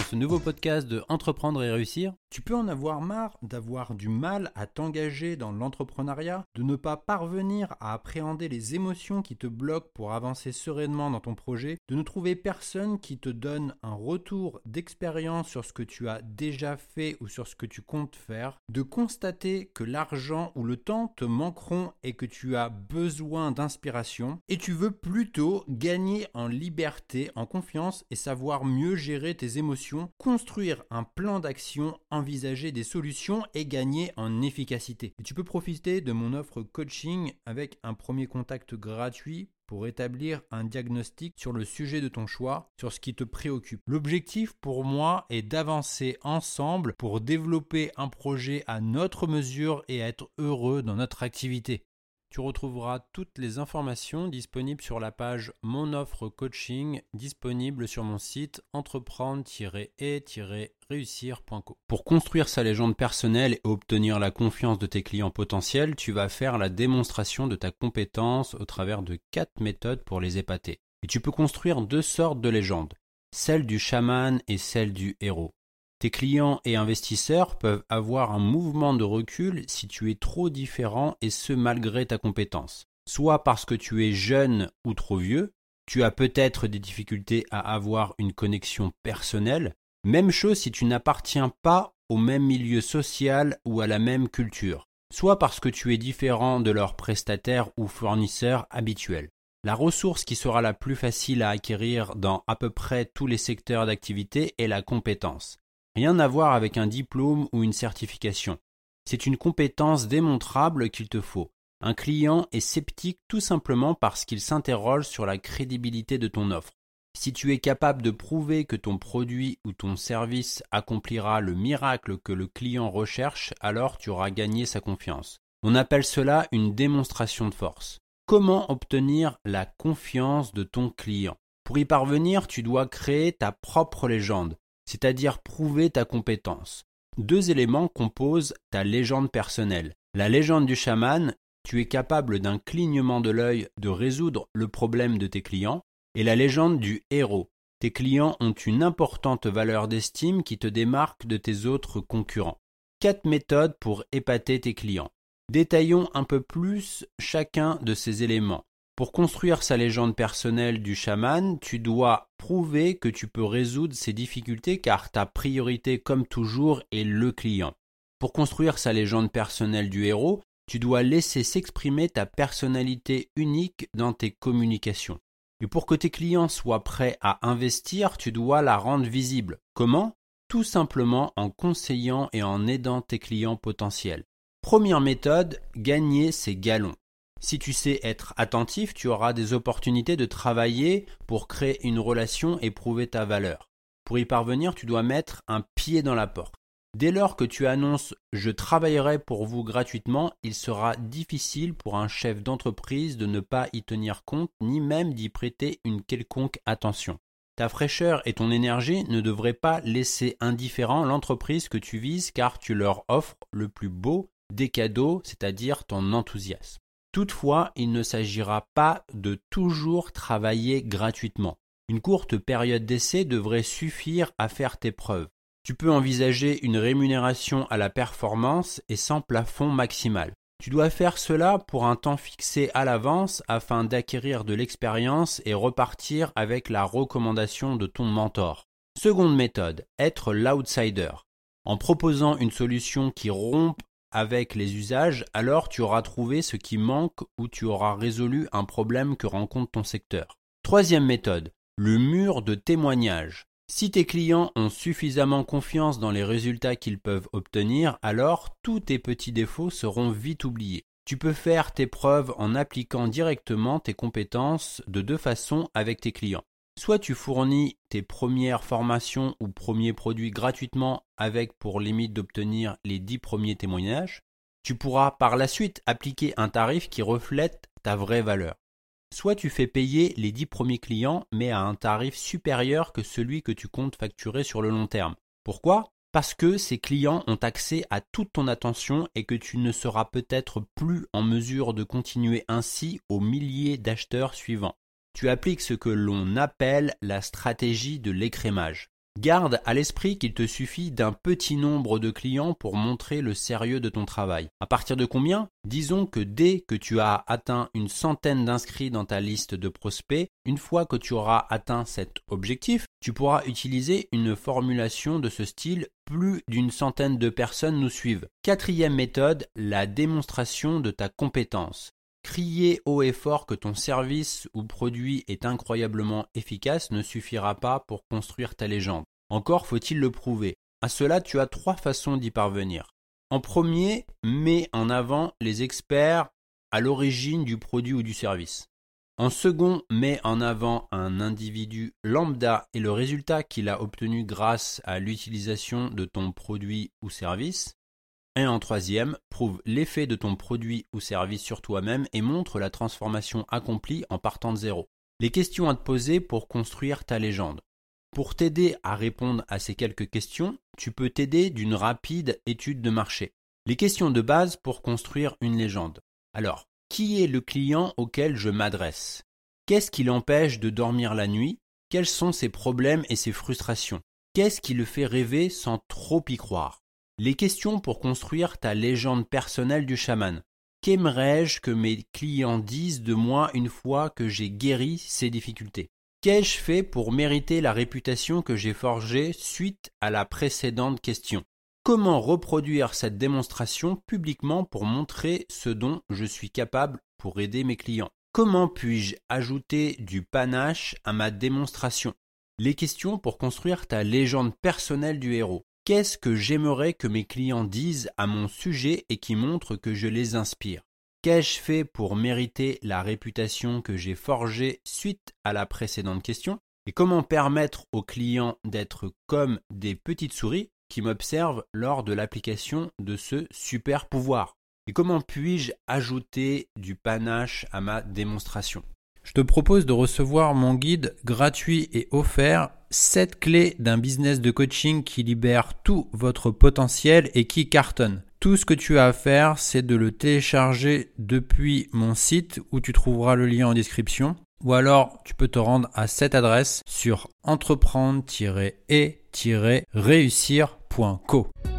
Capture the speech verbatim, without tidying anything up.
ce nouveau podcast de Entreprendre et réussir. Tu peux en avoir marre d'avoir du mal à t'engager dans l'entrepreneuriat, de ne pas parvenir à appréhender les émotions qui te bloquent pour avancer sereinement dans ton projet, de ne trouver personne qui te donne un retour d'expérience sur ce que tu as déjà fait ou sur ce que tu comptes faire, de constater que l'argent ou le temps te manqueront et que tu as besoin d'inspiration, et tu veux plutôt gagner en liberté, en confiance et savoir mieux gérer tes émotions, construire un plan d'action, envisager des solutions et gagner en efficacité. Et tu peux profiter de mon offre coaching avec un premier contact gratuit pour établir un diagnostic sur le sujet de ton choix, sur ce qui te préoccupe. L'objectif pour moi est d'avancer ensemble pour développer un projet à notre mesure et être heureux dans notre activité. Tu retrouveras toutes les informations disponibles sur la page Mon offre coaching disponible sur mon site entreprendre tiret et tiret réussir point co. Pour construire sa légende personnelle et obtenir la confiance de tes clients potentiels, tu vas faire la démonstration de ta compétence au travers de quatre méthodes pour les épater. Et tu peux construire deux sortes de légendes, celle du chaman et celle du héros. Tes clients et investisseurs peuvent avoir un mouvement de recul si tu es trop différent et ce malgré ta compétence. Soit parce que tu es jeune ou trop vieux, tu as peut-être des difficultés à avoir une connexion personnelle. Même chose si tu n'appartiens pas au même milieu social ou à la même culture. Soit parce que tu es différent de leurs prestataires ou fournisseurs habituels. La ressource qui sera la plus facile à acquérir dans à peu près tous les secteurs d'activité est la compétence. Rien à voir avec un diplôme ou une certification. C'est une compétence démontrable qu'il te faut. Un client est sceptique tout simplement parce qu'il s'interroge sur la crédibilité de ton offre. Si tu es capable de prouver que ton produit ou ton service accomplira le miracle que le client recherche, alors tu auras gagné sa confiance. On appelle cela une démonstration de force. Comment obtenir la confiance de ton client ? Pour y parvenir, tu dois créer ta propre légende, c'est-à-dire prouver ta compétence. Deux éléments composent ta légende personnelle. La légende du chaman, tu es capable d'un clignement de l'œil de résoudre le problème de tes clients, et la légende du héros. Tes clients ont une importante valeur d'estime qui te démarque de tes autres concurrents. Quatre méthodes pour épater tes clients. Détaillons un peu plus chacun de ces éléments. Pour construire sa légende personnelle du chaman, tu dois prouver que tu peux résoudre ses difficultés car ta priorité, comme toujours, est le client. Pour construire sa légende personnelle du héros, tu dois laisser s'exprimer ta personnalité unique dans tes communications. Et pour que tes clients soient prêts à investir, tu dois la rendre visible. Comment ? Tout simplement en conseillant et en aidant tes clients potentiels. Première méthode, gagner ses galons. Si tu sais être attentif, tu auras des opportunités de travailler pour créer une relation et prouver ta valeur. Pour y parvenir, tu dois mettre un pied dans la porte. Dès lors que tu annonces « je travaillerai pour vous gratuitement », il sera difficile pour un chef d'entreprise de ne pas y tenir compte ni même d'y prêter une quelconque attention. Ta fraîcheur et ton énergie ne devraient pas laisser indifférent l'entreprise que tu vises car tu leur offres le plus beau des cadeaux, c'est-à-dire ton enthousiasme. Toutefois, il ne s'agira pas de toujours travailler gratuitement. Une courte période d'essai devrait suffire à faire tes preuves. Tu peux envisager une rémunération à la performance et sans plafond maximal. Tu dois faire cela pour un temps fixé à l'avance afin d'acquérir de l'expérience et repartir avec la recommandation de ton mentor. Seconde méthode, être l'outsider. En proposant une solution qui rompe avec les usages, alors tu auras trouvé ce qui manque ou tu auras résolu un problème que rencontre ton secteur. Troisième méthode, le mur de témoignage. Si tes clients ont suffisamment confiance dans les résultats qu'ils peuvent obtenir, alors tous tes petits défauts seront vite oubliés. Tu peux faire tes preuves en appliquant directement tes compétences de deux façons avec tes clients. Soit tu fournis tes premières formations ou premiers produits gratuitement avec pour limite d'obtenir les dix premiers témoignages. Tu pourras par la suite appliquer un tarif qui reflète ta vraie valeur. Soit tu fais payer les dix premiers clients mais à un tarif supérieur que celui que tu comptes facturer sur le long terme. Pourquoi ? Parce que ces clients ont accès à toute ton attention et que tu ne seras peut-être plus en mesure de continuer ainsi aux milliers d'acheteurs suivants. Tu appliques ce que l'on appelle la stratégie de l'écrémage. Garde à l'esprit qu'il te suffit d'un petit nombre de clients pour montrer le sérieux de ton travail. À partir de combien ? Disons que dès que tu as atteint une centaine d'inscrits dans ta liste de prospects, une fois que tu auras atteint cet objectif, tu pourras utiliser une formulation de ce style « plus d'une centaine de personnes nous suivent ». Quatrième méthode, la démonstration de ta compétence. Crier haut et fort que ton service ou produit est incroyablement efficace ne suffira pas pour construire ta légende. Encore faut-il le prouver. À cela, tu as trois façons d'y parvenir. En premier, mets en avant les experts à l'origine du produit ou du service. En second, mets en avant un individu lambda et le résultat qu'il a obtenu grâce à l'utilisation de ton produit ou service. Et en troisième, prouve l'effet de ton produit ou service sur toi-même et montre la transformation accomplie en partant de zéro. Les questions à te poser pour construire ta légende. Pour t'aider à répondre à ces quelques questions, tu peux t'aider d'une rapide étude de marché. Les questions de base pour construire une légende. Alors, qui est le client auquel je m'adresse ? Qu'est-ce qui l'empêche de dormir la nuit ? Quels sont ses problèmes et ses frustrations ? Qu'est-ce qui le fait rêver sans trop y croire ? Les questions pour construire ta légende personnelle du chaman. Qu'aimerais-je que mes clients disent de moi une fois que j'ai guéri ces difficultés ? Qu'ai-je fait pour mériter la réputation que j'ai forgée suite à la précédente question ? Comment reproduire cette démonstration publiquement pour montrer ce dont je suis capable pour aider mes clients ? Comment puis-je ajouter du panache à ma démonstration ? Les questions pour construire ta légende personnelle du héros. Qu'est-ce que j'aimerais que mes clients disent à mon sujet et qui montre que je les inspire ? Qu'ai-je fait pour mériter la réputation que j'ai forgée suite à la précédente question ? Et comment permettre aux clients d'être comme des petites souris qui m'observent lors de l'application de ce super pouvoir ? Et comment puis-je ajouter du panache à ma démonstration ? Je te propose de recevoir mon guide gratuit et offert sept clés d'un business de coaching qui libère tout votre potentiel et qui cartonne. Tout ce que tu as à faire, c'est de le télécharger depuis mon site où tu trouveras le lien en description. Ou alors, tu peux te rendre à cette adresse sur entreprendre tiret et tiret réussir point co.